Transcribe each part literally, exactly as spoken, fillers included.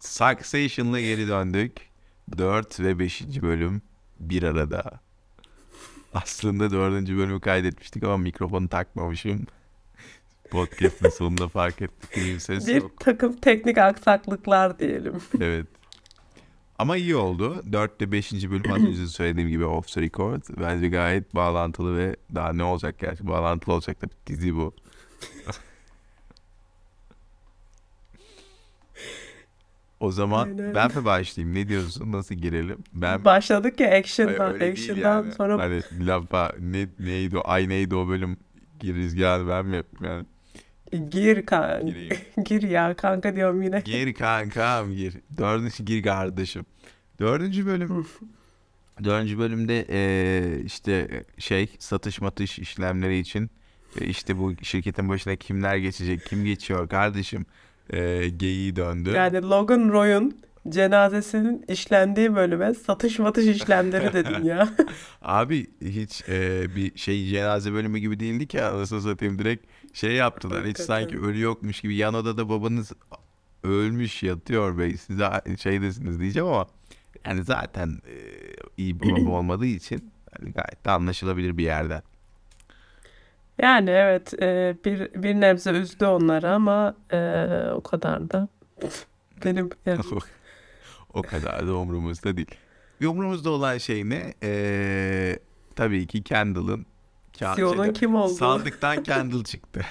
Succession'la geri döndük. Dört ve beşinci bölüm bir arada. Aslında dördüncü bölümü kaydetmiştik ama mikrofonu takmamışım. Podcast'ın sonunda fark ettik. Bir ses Bir yok. takım teknik aksaklıklar diyelim. Evet. Ama iyi oldu. dört ve beşinci bölüm az önce söylediğim gibi off the record. Bence gayet bağlantılı ve daha ne olacak gerçi. Bağlantılı olacak da dizi bu. O zaman Aynen. ben mi başlayayım? Ne diyorsun? Nasıl girelim? Ben Başladık ya Ay, action'dan. öyle değil Action'dan yani. sonra Hani lafa ne, neydi o? Ay neydi o bölüm? Girizgah ben mi yapayım yani? gir kan Gireyim. gir ya kanka diyorum yine. Gir kankam gir. Dördüncü gir kardeşim. Dördüncü bölüm. Dördüncü bölümde eee, işte şey satış matış işlemleri için e, işte bu şirketin başına kimler geçecek, kim geçiyor kardeşim eee geyiği döndü. Yani Logan Roy'un cenazesinin işlendiği bölüme satış matış işlemleri dedin ya. Abi hiç eee, bir şey cenaze bölümü gibi değildi ki anasını satayım direkt şey yaptılar. Hiç sanki Hakikaten. ölü yokmuş gibi yan odada babanız ölmüş yatıyor ve siz de şeydesiniz diyeceğim ama yani zaten eee, iyi bir baba olmadığı için yani gayet de anlaşılabilir bir yerden. Yani evet e, bir bir nebze üzdü onları ama e, o kadar da benim yani O kadar da umurumuzda değil. Bir umurumuzda olan şey ne? Eee, tabii ki Kendall'ın ka- Sion'un şeyde, kim olduğu. sandıktan Kendall çıktı.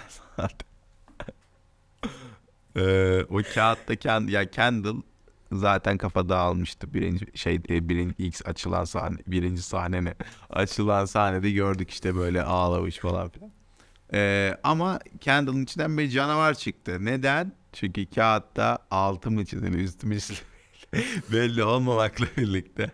Eee, o kağıtta Kend ya Kendall zaten kafa dağılmıştı. Birinci şey e, birinci ilk açılan sahne birinci sahne ne? Açılan sahnede gördük işte böyle ağlamış falan filan. Eee, ama Kendall'ın içinden bir canavar çıktı. Neden? Çünkü kağıtta altı mı çizili üstü mü çizili belli olmamakla birlikte.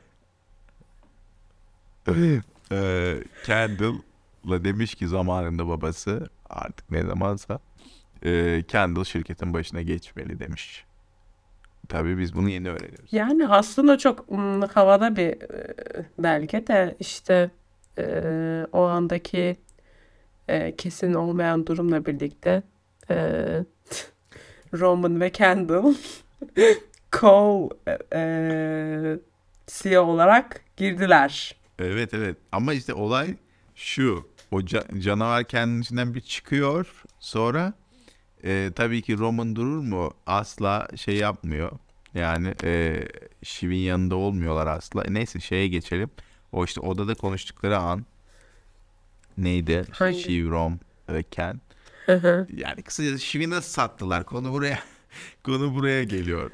Eee Kendall'la demiş ki zamanında babası artık ne zamansa eee Kendall şirketin başına geçmeli demiş. Tabii biz bunu yeni öğreniyoruz. Yani aslında çok mm, havada bir e, belge de işte e, o andaki e, kesin olmayan durumla birlikte e, Roman ve Kendall co e, C E O olarak girdiler. Evet evet ama işte olay şu. O ca- canavar kendinin içinden bir çıkıyor. Sonra e, tabii ki Roman durur mu? Asla şey yapmıyor. Yani e, Shiv'in yanında olmuyorlar asla. E, neyse şeye geçelim. O işte odada konuştukları an neydi? İşte Hangi? Shiv, Rom ve Ken. Hı hı. Yani kısacası Shiv'i nasıl sattılar? Konu buraya konu buraya geliyor.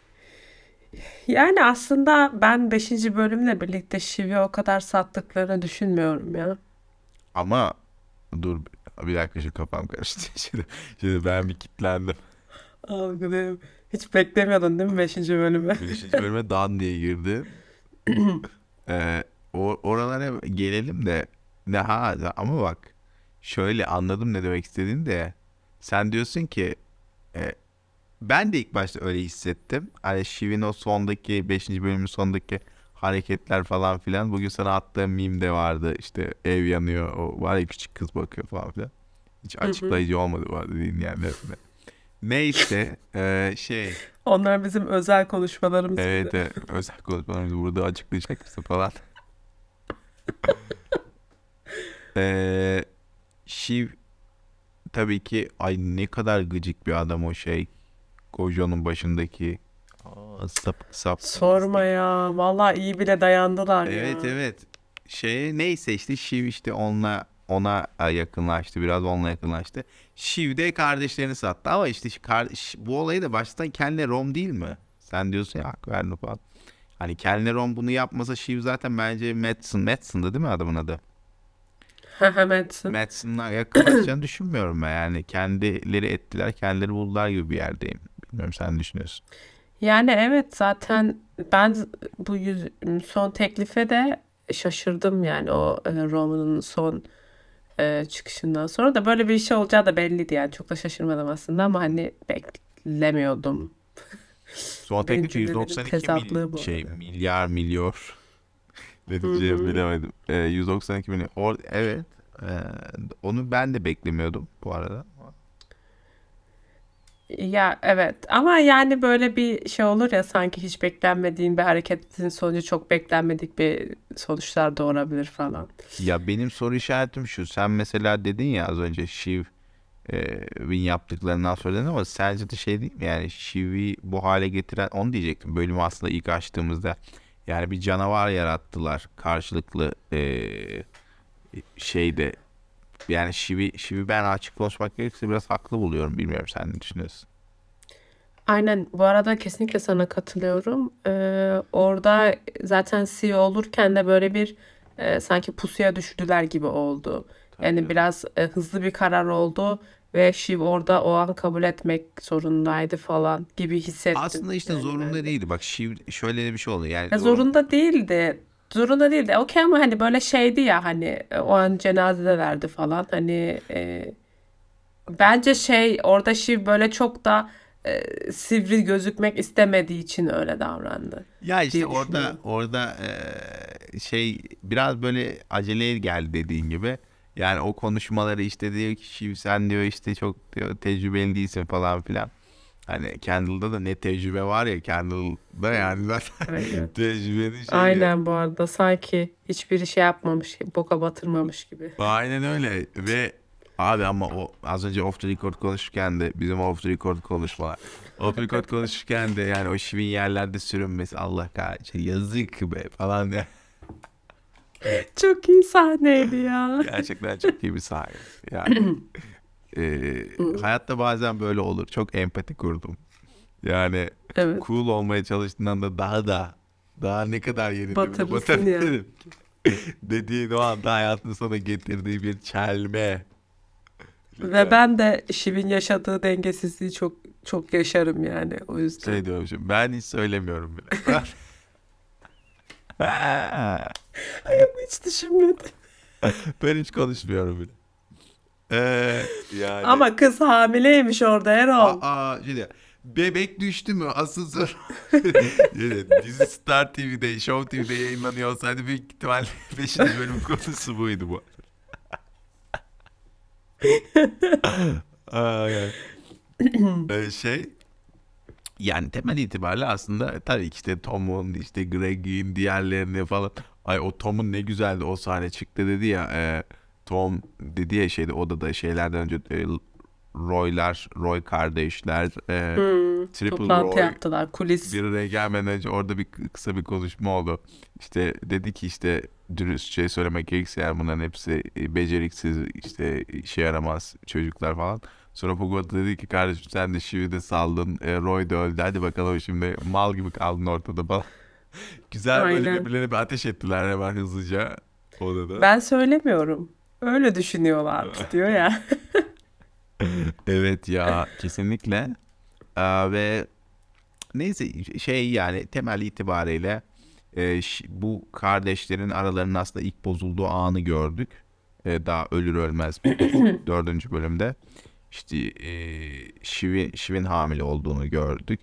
Yani aslında ben beşinci bölümle birlikte Shiv'i o kadar sattıklarını düşünmüyorum ya. Ama dur bir dakika şu kafam karıştı. Şimdi, şimdi ben bir kilitlendim. Algılayayım. Hiç beklemiyordun değil mi beşinci bölümü? Beşinci bölüme Dan diye girdi. Ee, o, oralara gelelim de ne ha ama bak şöyle anladım ne demek istediğini de sen diyorsun ki e, ben de ilk başta öyle hissettim. Hani Shiv'in o sondaki beşinci bölümün sonundaki hareketler falan filan. Bugün sana attığım meme de vardı. İşte ev yanıyor. O var ya küçük kız bakıyor falan filan. Hiç Hı hı. açıklayıcı olmadı bu arada dinleyenlerine. Neyse e, şey Onlar bizim özel konuşmalarımız bir de. evet e, özel konuşmalarımızı burada açıklayacak mısın falan. E, Shiv tabii ki ay ne kadar gıcık bir adam o şey. Gojo'nun başındaki aa, sapık sapkın Sorma pislik. ya. Vallahi iyi bile dayandılar Evet ya. evet. Şey neyse işte Shiv işte onunla ona yakınlaştı. Biraz onunla yakınlaştı. Shiv de kardeşlerini sattı ama işte şu kardeş, bu olayı da baştan kendine Rom değil mi? Sen diyorsun ya hak verdin falan. Hani kendine Rom bunu yapmasa Shiv zaten bence Madsen. Madsen'dı değil mi adamın adı? Hehemetsin. Madsen'la yakınlaşacağını düşünmüyorum ben. Yani kendileri ettiler, kendileri buldular gibi bir yerdeyim. Bilmiyorum sen ne düşünüyorsun. Yani evet zaten ben bu yüz, son teklife de şaşırdım yani o e, Roman'ın son e, çıkışından sonra da böyle bir şey olacağı da belliydi yani çok da şaşırmadım aslında ama hani beklemiyordum. Son teklif Bencillerin yüz doksan iki mil tezatlığı bu şey arada. milyar milyon ne Hı diyeceğimi hı. bilemedim. Ee, yüz doksan iki milyon. Or evet. Ee, onu ben de beklemiyordum bu arada. Ya evet ama yani böyle bir şey olur ya sanki hiç beklenmediğin bir hareketin sonucu çok beklenmedik bir sonuçlar doğurabilir falan. Ya benim soru işaretim şu. Sen mesela dedin ya az önce Shiv e, Win yaptıklarından söyledin ama sence de şey değil mi? Yani Shiv'i bu hale getiren onu diyecektim. Bölümü aslında ilk açtığımızda yani bir canavar yarattılar karşılıklı e, şeyde. Yani Shiv'i Shiv'i ben açık konuşmak gerekirse biraz haklı buluyorum. Bilmiyorum sen ne düşünüyorsun? Aynen bu arada kesinlikle sana katılıyorum. Ee, orada zaten C E O olurken de böyle bir e, sanki pusuya düştüler gibi oldu. Tabii Yani canım. biraz e, hızlı bir karar oldu ve Shiv orada o an kabul etmek zorundaydı falan gibi hissettim Aslında işte yani zorunda ben de. değildi. Bak Shiv şöyle de bir şey oldu. Yani Ya zorun zorunda değildi. Zorunda değildi. Okey ama hani böyle şeydi ya hani e, o an cenazelerdi falan. Hani e, bence şey orada Shiv böyle çok da e, sivri gözükmek istemediği için öyle davrandı ya işte diye orada düşünüyorum. orada eee, şey biraz böyle aceleye geldi dediğin gibi. Yani o konuşmaları işte diyor ki Shiv sen diyor işte çok diyor tecrübeli değilsin falan filan. Hani Kendall'da da ne tecrübe var ya Kendall'da yani zaten Evet, evet. tecrübenin şeyi. Aynen bu arada sanki hiçbir şey yapmamış, boka batırmamış gibi. Aynen öyle ve abi ama o az önce off the record konuşurken de bizim off the record konuşmalar. Off the record konuşurken de yani o Shiv'in yerlerde sürünmesi Allah kahretsin yazık be falan diye. Çok iyi sahneydi ya. Gerçekten çok iyi bir sahne. Yani e, hayatta bazen böyle olur. Çok empati kurdum. Yani Evet, cool olmaya çalıştığından da daha da daha ne kadar yerin dibine batırırsın ya. batabilirim dediğin o anda hayatın sana getirdiği bir çelme. Ve Lütfen. ben de Şiv'in yaşadığı dengesizliği çok çok yaşarım yani o yüzden. Şey diyormuşum ben hiç söylemiyorum bile. Ben... Ay ama hiç düşünmedim. ben hiç konuşmuyorum bile. Ee, yani Ama kız hamileymiş orada Erol. aa şey diyor, bebek düştü mü asıl soru. Yani dizi Star T V'de Show T V'de yayınlanıyor olsaydı büyük ihtimalle beşinci bölüm konusu buydu bu. Aa, yani. Ee, şey yani temel itibariyle aslında tabii ki işte Tom'un işte Greg'in diğerlerini falan. Ay o Tom'un ne güzeldi o sahne çıktı dedi ya. E, Tom dedi ya şeyde odada şeylerden önce e, Roy'lar, Roy kardeşler, e, Hmm, Triple toplantı Roy yaptılar kulis. bir araya gelmeden önce orada bir kısa bir konuşma oldu. İşte dedi ki işte dürüstçe söylemek gerekirse yani bunların hepsi e, beceriksiz işte işe yaramaz çocuklar falan. Sonra Pogba dedi ki kardeşim sen de Şivi de saldın. E, Roy da öldü. Hadi bakalım şimdi mal gibi kaldın ortada falan. Güzel böyle Aynen. birbirlerine bir ateş ettiler hemen hızlıca odada. Ben söylemiyorum. Öyle düşünüyorlardı diyor ya. Evet ya kesinlikle. Aa, ve neyse şey yani temel itibariyle e, ş- bu kardeşlerin aralarının aslında ilk bozulduğu anı gördük. E, daha ölür ölmez dördüncü bölümde. İşte e, Şiv'i, Şiv'in hamile olduğunu gördük.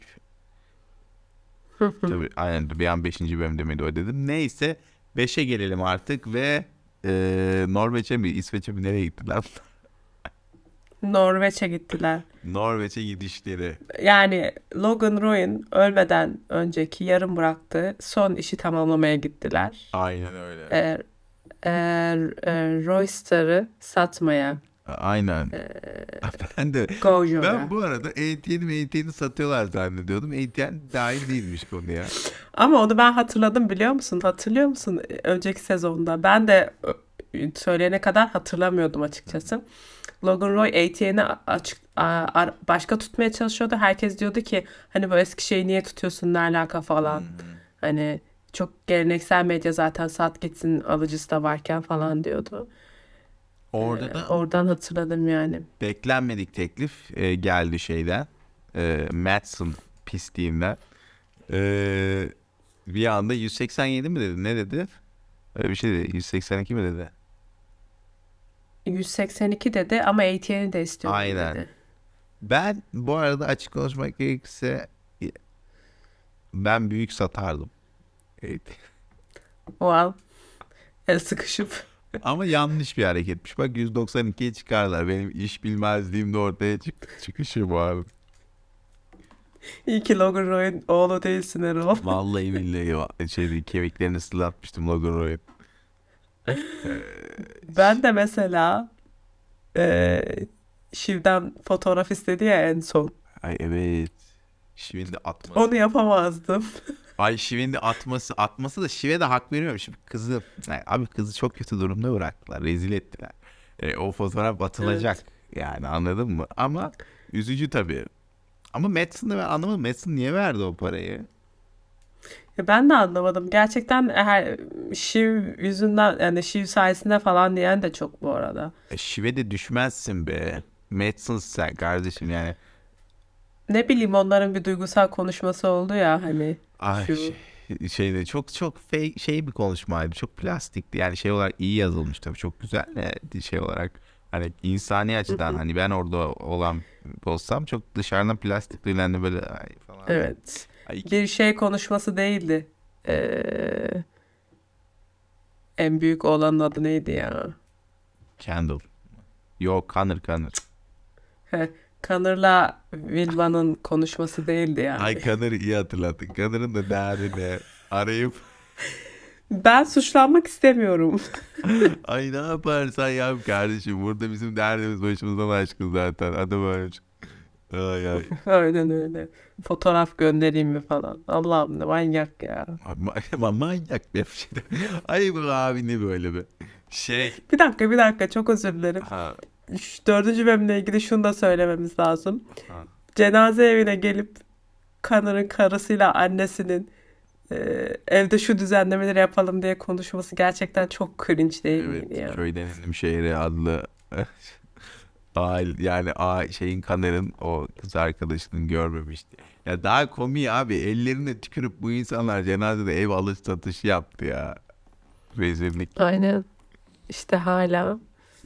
Tabii aynen bir an beşinci bölümde miydi o dedim. Neyse beşe gelelim artık ve e, Norveç'e mi İsveç'e mi nereye gittiler? Norveç'e gittiler. Norveç'e gidişleri. Yani Logan Roy'un ölmeden önceki yarım bıraktığı son işi tamamlamaya gittiler. Aynen öyle. Eğer, eğer e, Roystar'ı satmaya Aynen. Ben de ben Gojo'ya. bu arada A T N'imi A T N'ini satıyorlar zannediyordum. A T N dahil değilmiş konuya. Ama onu ben hatırladım biliyor musun? Hatırlıyor musun önceki sezonda? Ben de ö, söyleyene kadar hatırlamıyordum açıkçası. Logan Roy A T N'i açık a- a- başka tutmaya çalışıyordu. Herkes diyordu ki hani bu eski şeyi niye tutuyorsun ne alaka falan. Hmm. Hani çok geleneksel medya zaten sat gitsin alıcısı da varken falan diyordu. Orada Ee, da oradan hatırladım yani. beklenmedik teklif e, geldi şeyden. E, Madsen pisliğinden. E, bir anda yüz seksen yedi mi dedi? Ne dedi? Öyle bir şey dedi. yüz seksen iki mi dedi? yüz seksen iki dedi ama A T N'i de istiyorum Aynen. dedi. Ben bu arada açık konuşmak gerekirse e, ben büyük satardım. Evet. Wow. El sıkışıp. Ama yanlış bir hareketmiş. Bak yüz doksan ikiye çıkarlar. Benim iş bilmezliğim de ortaya çıktı. Çıkışı bu arada. İyi ki Logan Roy'un oğlu değilsin Erol. Vallahi billahi va- şey, kemiklerini ıslatmıştım Logan Roy'un. Ee, Ben de mesela eee Şiv'den fotoğraf istedi ya en son. Ay evet. Şivin de atması. Onu yapamazdım. Ay Şivin de atması. Atması da Şiv'e de hak veriyorum. Şimdi kızı. Ay, abi kızı çok kötü durumda bıraktılar. Rezil ettiler. E, o fotoğraf atılacak. Evet. Yani anladın mı? Ama üzücü tabii. Ama Madsen'ı ben anlamadım. Madsen niye verdi o parayı? Ya ben de anlamadım. Gerçekten her Şiv yüzünden yani Şiv sayesinde falan diyen de çok bu arada. E, Şiv'e de düşmezsin be. Madsen sen kardeşim yani. Ne bileyim onların bir duygusal konuşması oldu ya hani Ay şey, şu. şeyde çok çok fake, şey bir konuşmaydı. Çok plastikti. Yani şey olarak iyi yazılmış tabii. Çok güzel de şey olarak hani insani açıdan hani ben orada olan olsam çok dışarıdan plastik duyulan böyle ay falan. Evet. Ay iki Bir şey konuşması değildi. Ee, en büyük oğlanın adı neydi ya? Candle. Yok Connor Connor. Heh, Connor'la Wilma'nın konuşması değildi Ay yani. Connor'ı iyi hatırlattın. Connor'ın da derdini arayıp Ben suçlanmak istemiyorum. ay ne yaparsan yap kardeşim. Burada bizim derdimiz başımızdan aşkın zaten. Hadi böyle. Ay ay. Aynen öyle. Fotoğraf göndereyim mi falan. Allah'ım ne manyak ya. Ama ma manyak bir şey. Ay bu abi ne böyle bir şey. Bir dakika bir dakika çok özür dilerim. Ha, Şu dördüncü bölümle ilgili şunu da söylememiz lazım. ha. Cenaze evine gelip Connor'ın karısıyla annesinin e, evde şu düzenlemeleri yapalım diye konuşması gerçekten çok cringe değil Evet, miydi ya? köyden indim şehre adlı aile yani a şeyin Kaner'in o kız arkadaşının görmemişti. Ya daha komik abi ellerine tükürüp bu insanlar cenazede ev alış satışı yaptı ya. Rezillik. Aynen. İşte hala.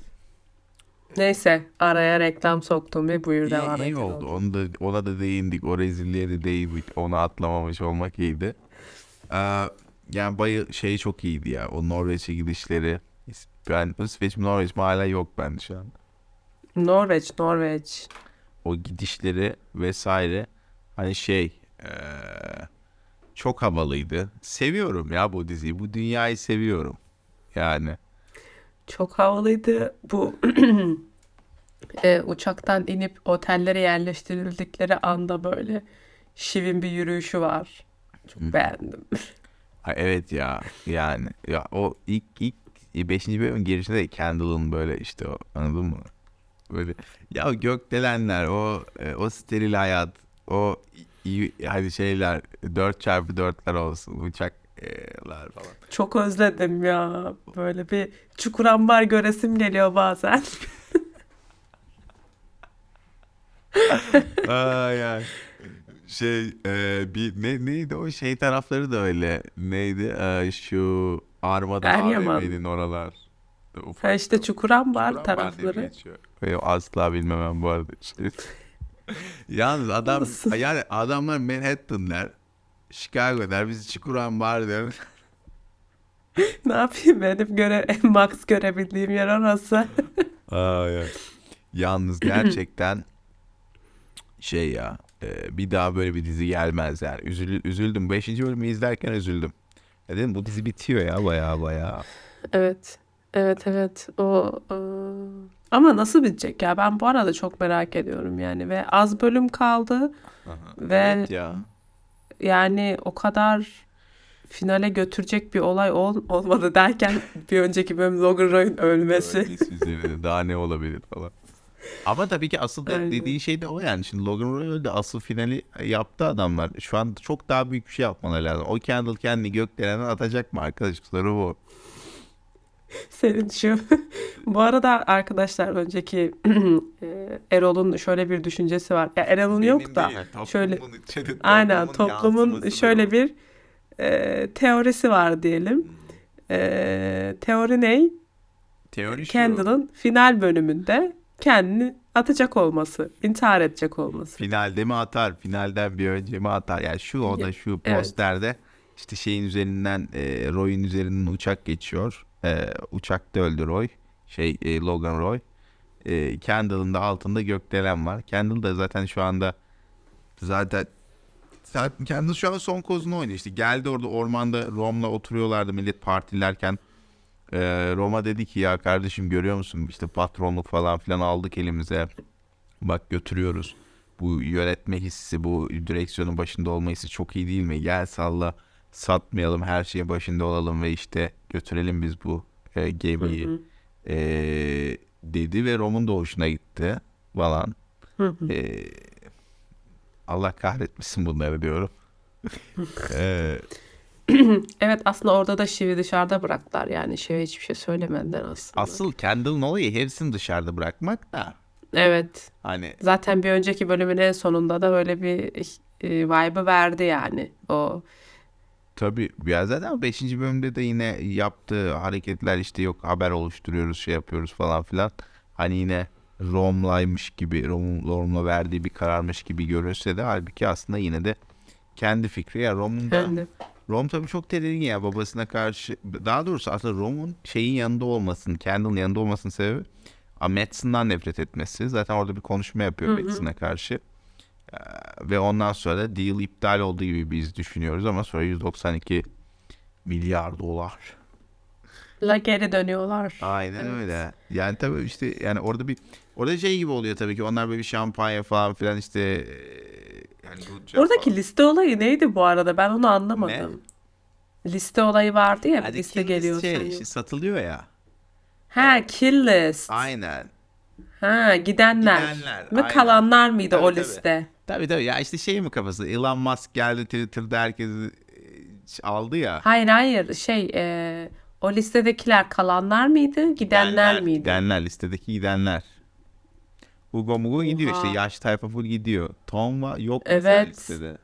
Neyse araya reklam soktum ve buyur İyi, devam iyi et. oldu. Onu da, ona da değindik. O rezilliğe de değindik. Onu atlamamış olmak iyiydi. Ee, yani bayı şey çok iyiydi ya. O Norveç'e gidişleri. Ben İsveç mi Norveç mi hala yok bende şu an. Norveç, Norveç. O gidişleri vesaire. Hani şey ee, çok havalıydı. Seviyorum ya bu diziyi. Bu dünyayı seviyorum. Yani. Çok havalıydı. Bu e, uçaktan inip otellere yerleştirildikleri anda böyle Şiv'in bir yürüyüşü var. Çok Hı. beğendim. Ha, evet ya. Yani. Ya o ilk ilk beşinci bölümün girişinde de Kendall'ın böyle işte o anladın mı? Böyle ya gökdelenler o e, o steril hayat o iyi hadi şeyler dört çarpı dörtler olsun uçaklar falan. Çok özledim ya. Böyle bir Çukurambar göresim geliyor bazen. Ay ay. Şey e, bir ne neydi o şey tarafları da öyle neydi E, şu Armada Eryaman. A V M'nin oralar. Ha Ufak işte Çukurambar Çukurambar diye mi tarafları. geçiyor? Benim asla bilmem ben bu arada. Şey. Yalnız adam Olsun. yani adamlar Manhattan'lar Chicago'lar biz Çukurambar diyoruz. Ne yapayım benim göre max görebildiğim yer orası. Ay, ay. Yalnız gerçekten şey ya e, bir daha böyle bir dizi gelmez yani. Üzül, üzüldüm. Beşinci bölümü izlerken üzüldüm. Ya dedim bu dizi bitiyor ya baya baya. Evet. Evet evet. O ıı, ama nasıl bitecek ya? Ben bu arada çok merak ediyorum yani ve az bölüm kaldı Aha. ve Evet ya. yani o kadar finale götürecek bir olay ol- olmadı derken bir önceki bölüm Logan Roy'un ölmesi. Ölmesi üzerine daha ne olabilir falan. Ama tabii ki asıl de Aynen. dediği şey de o yani. Şimdi Logan Roy öldü. Asıl finali yaptı adamlar. Şu an çok daha büyük bir şey yapmaları lazım. O Kendall kendini gökdelene atacak mı arkadaş? Soru bu. Senin şu bu arada arkadaşlar önceki e, Erol'un şöyle bir düşüncesi var. Ya Erol'un yok Benim da değil. şöyle Toplumun içeri, aynen toplumun toplumun yansımasıdır şöyle o. bir e, teorisi var diyelim. Hmm. E, teori ne? Teori şu. Kendall'ın final bölümünde kendini atacak olması, intihar edecek olması. Finalde mi atar? Finalden bir önce mi atar? Yani şu o Ya- da şu Evet. posterde işte şeyin üzerinden e, Roy'un üzerinden uçak geçiyor. E, uçakta öldü Roy. Şey e, Logan Roy. E, Kendall'ın da altında gökdelen var. Kendall da zaten şu anda zaten Zaten kendi şu an son kozunu oynuyor işte. Geldi orada ormanda Rom'la oturuyorlardı millet partilerken. Ee, Roma dedi ki ya kardeşim görüyor musun işte patronluk falan filan aldık elimize. Bak götürüyoruz. Bu yönetme hissi, bu direksiyonun başında olma hissi çok iyi değil mi? Gel salla, satmayalım, her şeyin başında olalım ve işte götürelim biz bu e, Hı gemiyi hı. e, dedi ve Rom'un da hoşuna gitti falan. Hı hı. E, Allah kahretmesin bunları diyorum. E, Evet, aslında orada da Şiv'i dışarıda bıraktılar, yani Şiv'e hiçbir şey söylemediler aslında. Asıl Kendall'ın olayı hepsini dışarıda bırakmak da Evet. hani Zaten bir önceki bölümün en sonunda da böyle bir e, vibe'ı verdi yani. O tabii ya zaten beşinci bölümde de yine yaptığı hareketler işte yok haber oluşturuyoruz şey yapıyoruz falan filan. Hani yine Rom'laymış gibi Rom, Rom'la verdiği bir kararmış gibi görünse de halbuki aslında yine de kendi fikri ya Rom'un da kendi. Rom tabii çok tedirgin ya babasına karşı daha doğrusu aslında Rom'un şeyin yanında olmasının Kendall'ın yanında olmasının sebebi Madsen'dan nefret etmesi. Zaten orada bir konuşma yapıyor Hı hı. Madsen'a karşı. Ee, ve ondan sonra da deal iptal olduğu gibi biz düşünüyoruz ama sonra yüz doksan iki milyar dolar. La geri dönüyorlar. Aynen Evet. öyle. Yani tabii işte yani orada bir orada şey gibi oluyor tabii ki onlar böyle bir şampanya falan filan işte eee, yani Gutça Oradaki falan. liste olayı neydi bu arada? Ben onu Ne? anlamadım. Liste olayı vardı ya, bir Hadi liste kill list geliyor sen şey işte yok. satılıyor ya. Ha, kill list. Aynen. Ha, gidenler Gidenler mi aynen. kalanlar mıydı Tabii o tabii. liste? Tabii tabii ya işte şey mi kafası Elon Musk geldi Twitter'da herkesi eee, aldı ya. Hayır hayır, şey e, o listedekiler kalanlar mıydı, gidenler Gidenler, miydi? gidenler listedeki gidenler. Hugo Mugo gidiyor işte Oha. yaş tayfa full gidiyor. Tom var yok mesela Evet. listede.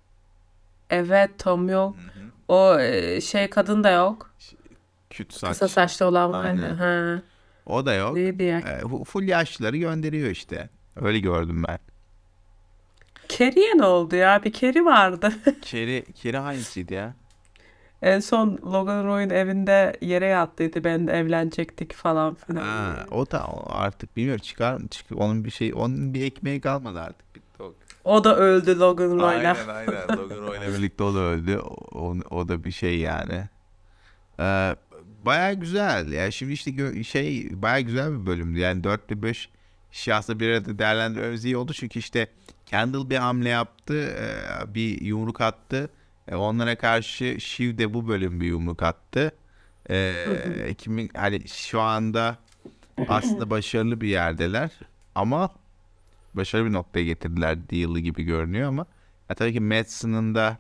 Evet, Tom yok. Hı hı. O e, şey kadın da yok. Ş- Küt Kısa saç. saçlı olan vardı. Aynen. Ha. O da yok. Neydi ya? E, fu- full yaşlıları gönderiyor işte. Öyle gördüm ben. Carrie'ye ne oldu ya? Bir Carrie vardı. Keri, Keri hangisiydi ya? En son Logan Roy'un evinde yere yattıydı. Ben de evlenecektik falan filan Ha, diye. o da o artık bilmiyorum çıkar mı çıkıyor. Onun bir şey onun bir ekmeği kalmadı artık. Bitti o. O da öldü Logan Roy'la. Aynen aynen. Logan Roy'la birlikte o da öldü. O, o, o da bir şey yani. Ee, baya güzel ya şimdi işte gö- şey baya güzel bir bölümdü yani dört ve beş şahsı bir arada değerlendirmemiz iyi oldu çünkü işte Kendall bir hamle yaptı e, bir yumruk attı. E, onlara karşı Shiv de bu bölüm bir yumruk attı. E, kimin hani şu anda aslında başarılı bir yerdeler ama başarılı bir noktaya getirdiler deal'ı gibi görünüyor ama ya tabii ki Madsen'ın da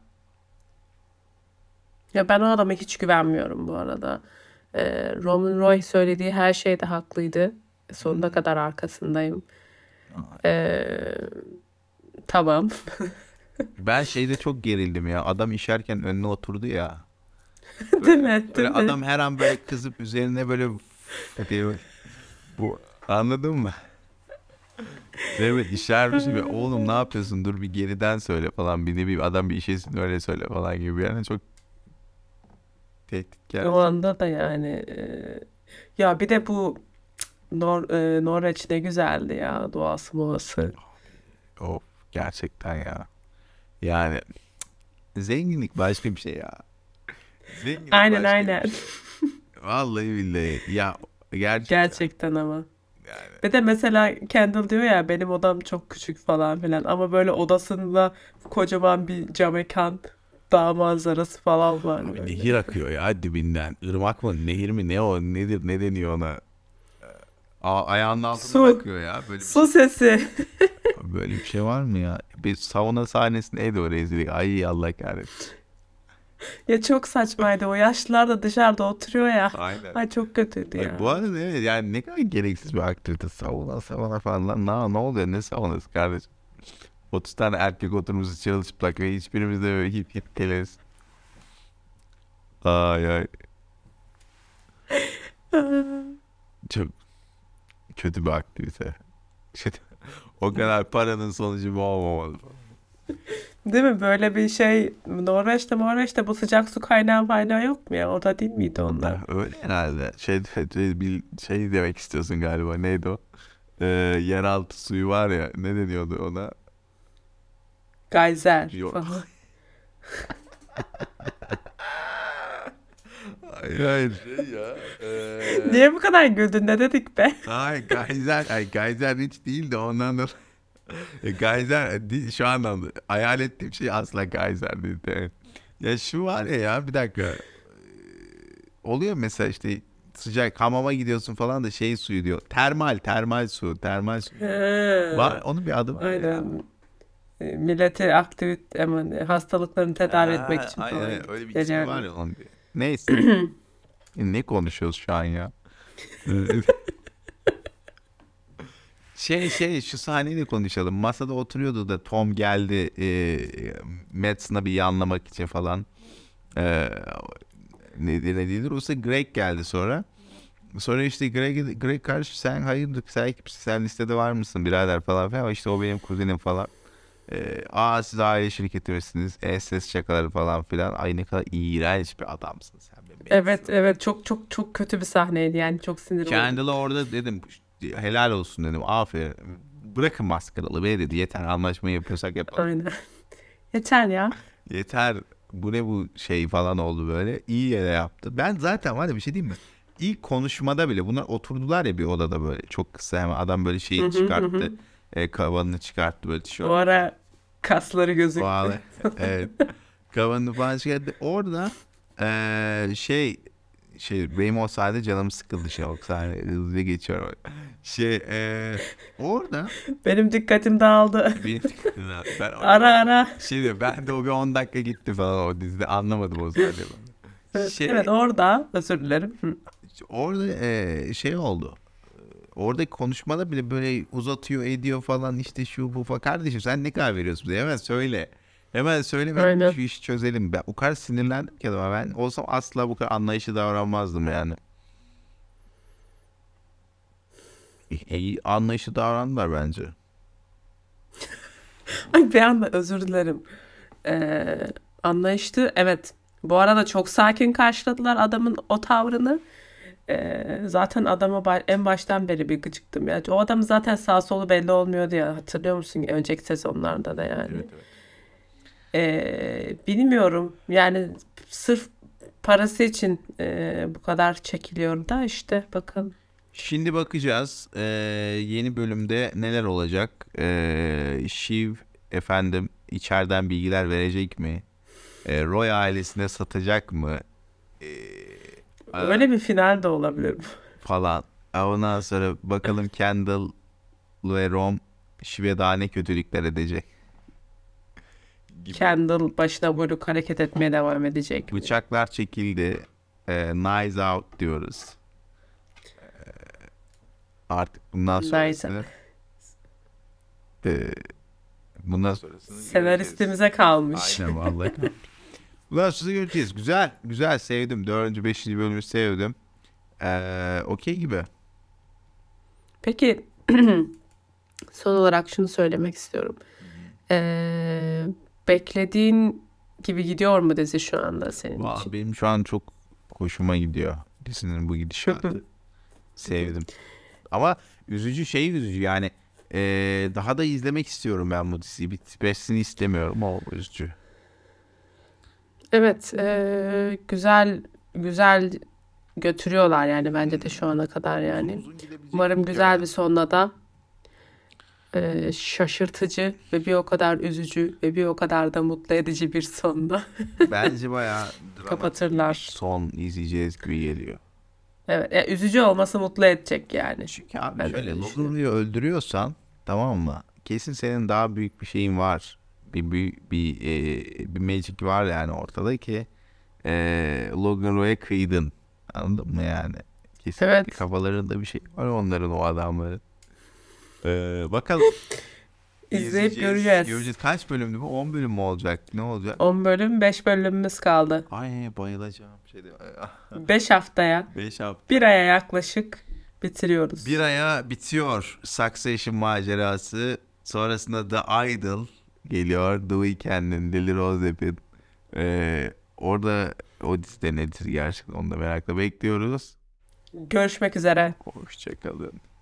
Ya ben o adama hiç güvenmiyorum bu arada. Ee, Roman Roy söylediği her şeyde haklıydı. Sonuna kadar arkasındayım. Ee, tamam. ben şeyde çok gerildim ya adam işerken önüne oturdu ya. Değil Böyle, mi? böyle Değil mi? adam her an böyle kızıp üzerine böyle diye bu anladın mı? Ve böyle işermiş gibi oğlum ne yapıyorsun dur bir geriden söyle falan bir de bir adam bir işesin öyle söyle falan gibi yani çok tehditkar. O anda da yani e, ya bir de bu Nor e, Norveç ne güzeldi ya, doğası muası. Of gerçekten ya. Yani zenginlik başka bir şey ya. Zenginlik Aynen başka bir aynen. şey. Vallahi billahi ya gerçekten Gerçekten ama. yani. Bir de mesela Kendall diyor ya, benim odam çok küçük falan filan, ama böyle odasında kocaman bir cam mekan, dağ manzarası falan var Abi böyle. nehir akıyor ya dibinden. Irmak mı nehir mi ne o nedir ne deniyor ona. A- ayağının altından Su. akıyor ya. Böyle bir Su şey. sesi. Böyle bir şey var mı ya? Bir sauna sahnesi neydi o rezillik? Ay Allah kahretsin. Ya çok saçmaydı. O yaşlılar da dışarıda oturuyor ya. Aynen. Ay çok kötüydü Ay, bu ya. arada evet yani ne kadar gereksiz bir aktivite. Sauna sauna falan lan. Ne, ne oluyor ne saunası kardeşim? otuz tane erkek oturmuş çırılçıplak ve hiçbirimiz de böyle hip hip teliz. Ay ay. Çok kötü bir aktivite. O kadar paranın sonucu bu olmamalı. Değil mi? Böyle bir şey Norveç'te Norveç'te bu sıcak su kaynağı kaynağı yok mu ya? Orada değil miydi onlar? Ha, öyle herhalde. Şey, şey, bil- şey demek istiyorsun galiba. Neydi o? Ee, yeraltı suyu var ya. Ne deniyordu ona? Geyser Yok. falan. Hayır hayır şey ya. eee, Niye bu kadar güldün? Ne dedik be? Ay Geyser, ay Geyser hiç değil de ondan da E, Geyser değil, şu an anladım. Hayal ettiğim şey asla Geyser değil de. Ya şu var ya ya bir dakika. Ee, Oluyor mesela işte sıcak hamama gidiyorsun falan da şey suyu diyor. Termal, termal su, termal su. Var He, onun bir adı var ya. aynen. E, Milleti aktivite, aman, e, hastalıklarını tedavi etmek Ha, için falan aynen öyle bir ismi var geliyor. ya onun bir. Neyse. Ne konuşuyoruz şu an ya? Şey şey şu sahneyi de konuşalım. Masada oturuyordu da Tom geldi e, Madsen'a bir yanlamak için falan. E, ne, ne denir? O sırada Greg geldi sonra. Sonra işte Greg, Greg karşı sen hayırdır sen kimsin sen listede var mısın birader falan filan. İşte o benim kuzenim falan. E, Aa siz aile şirketi misiniz? E, ses şakaları falan filan. Ay ne kadar iğrenç bir adamsın sen be Evet, Madsen. evet, çok çok çok kötü bir sahneydi yani, çok sinir oldum. Kendall'a orada dedim helal olsun dedim aferin. Bırakın maskaralı be dedi yeter anlaşmayı yapıyorsak yapalım. Aynen. Yeter ya. Yeter bu ne bu şey falan oldu böyle. İyi yere yaptı. Ben zaten var ya bir şey diyeyim mi? İlk konuşmada bile bunlar oturdular ya bir odada böyle çok kısa hemen adam böyle Hı şeyi hı hı. Hı. çıkarttı. E, kavanını çıkarttı böyle O tişört. ara kasları gözüktü. Bağlı. Evet. Kavanını falan çıkarttı. Orada e, şey şey benim o sahnede canım sıkıldı şey o sahne hızlıca geçiyor. Şey e, orada Benim dikkatim dağıldı. benim ben Ara orada ara. şey diyor ben de o bir on dakika gitti falan o dizide anlamadım o sahneyi. Evet, evet, Şey orada özür dilerim. Hı. orada e, şey oldu. Oradaki konuşmada bile böyle uzatıyor ediyor falan işte şu bu falan. Kardeşim sen ne kadar veriyorsun bize? Hemen söyle. Hemen söyle ben Aynen. şu işi çözelim. Ben o kadar sinirlendim ki adama ben olsam asla bu kadar anlayışlı davranmazdım yani. E, iyi anlayışlı davrandılar bence. Ay, bir anda özür dilerim. Ee, Anlayışlı. Evet. Bu arada çok sakin karşıladılar adamın o tavrını. Ee, zaten adama ba- en baştan beri bir gıcıktım ya. O adam zaten sağ solu belli olmuyordu ya. Hatırlıyor musun? Önceki sezonlarda da yani. Evet evet. Ee, bilmiyorum. Yani sırf parası için e, bu kadar çekiliyor da işte bakalım. Şimdi bakacağız ee, yeni bölümde neler olacak. Ee, Shiv efendim içeriden bilgiler verecek mi? Ee, Roy ailesine satacak mı? Ee, a- Öyle bir final de olabilir. falan. Ondan sonra bakalım Kendall ve Rom Shiv'e daha ne kötülükler edecek gibi. Kendall başına buyruk hareket etmeye devam edecek mi? Bıçaklar çekildi. Ee, Knives out diyoruz. Artık bundan Neyse. sonrasını e, bundan sonrasını göreceğiz. Senaristimize kalmış. Aynen vallahi. Bundan sonra göreceğiz. Güzel. Güzel sevdim. Dördüncü, beşinci bölümü sevdim. Ee, okey gibi. Peki, son olarak şunu söylemek istiyorum. Ee, Beklediğin gibi gidiyor mu dizi şu anda senin Vallahi için? benim şu an çok hoşuma gidiyor. Dizinin bu gidişatı. Sevdim. Ama üzücü şey üzücü yani ee, daha da izlemek istiyorum ben bu diziyi. Bitmesini istemiyorum. O üzücü. Evet, ee, güzel güzel götürüyorlar yani, bence de şu ana kadar Uzun yani. uzun gidebilecek Umarım güzel muhtemelen. bir sonla da ee, şaşırtıcı ve bir o kadar üzücü ve bir o kadar da mutlu edici bir sonla Bence bayağı dramatik bir kapatırlar. son izleyeceğiz gibi geliyor. Evet, ya üzücü olması mutlu edecek yani. Çünkü abi Ben şöyle öyle Logan düşünüyorum. Roy'u öldürüyorsan tamam mı? Kesin senin daha büyük bir şeyin var. Bir bir bir, e, bir magic var yani ortada ki e, Logan Roy'a kıydın. Anladın mı yani? Kesinlikle Evet, kafalarında bir şey var onların o adamların. Ee, bakalım. izleyip İzleyeceğiz. göreceğiz. Göreceğiz. Kaç bölümdü bu? On bölüm mü olacak? Ne olacak? on bölüm, beş bölümümüz kaldı. Ay bayılacağım. Şeyde, beş haftaya, beş hafta. bir aya yaklaşık Bir bitiriyoruz. aya bitiyor Succession macerası. Sonrasında The Idol geliyor. The Weeknd'in, Lily Rose Depp'in. Ee, orada o dizide nedir gerçekten onu da merakla bekliyoruz. Görüşmek üzere. Hoşçakalın.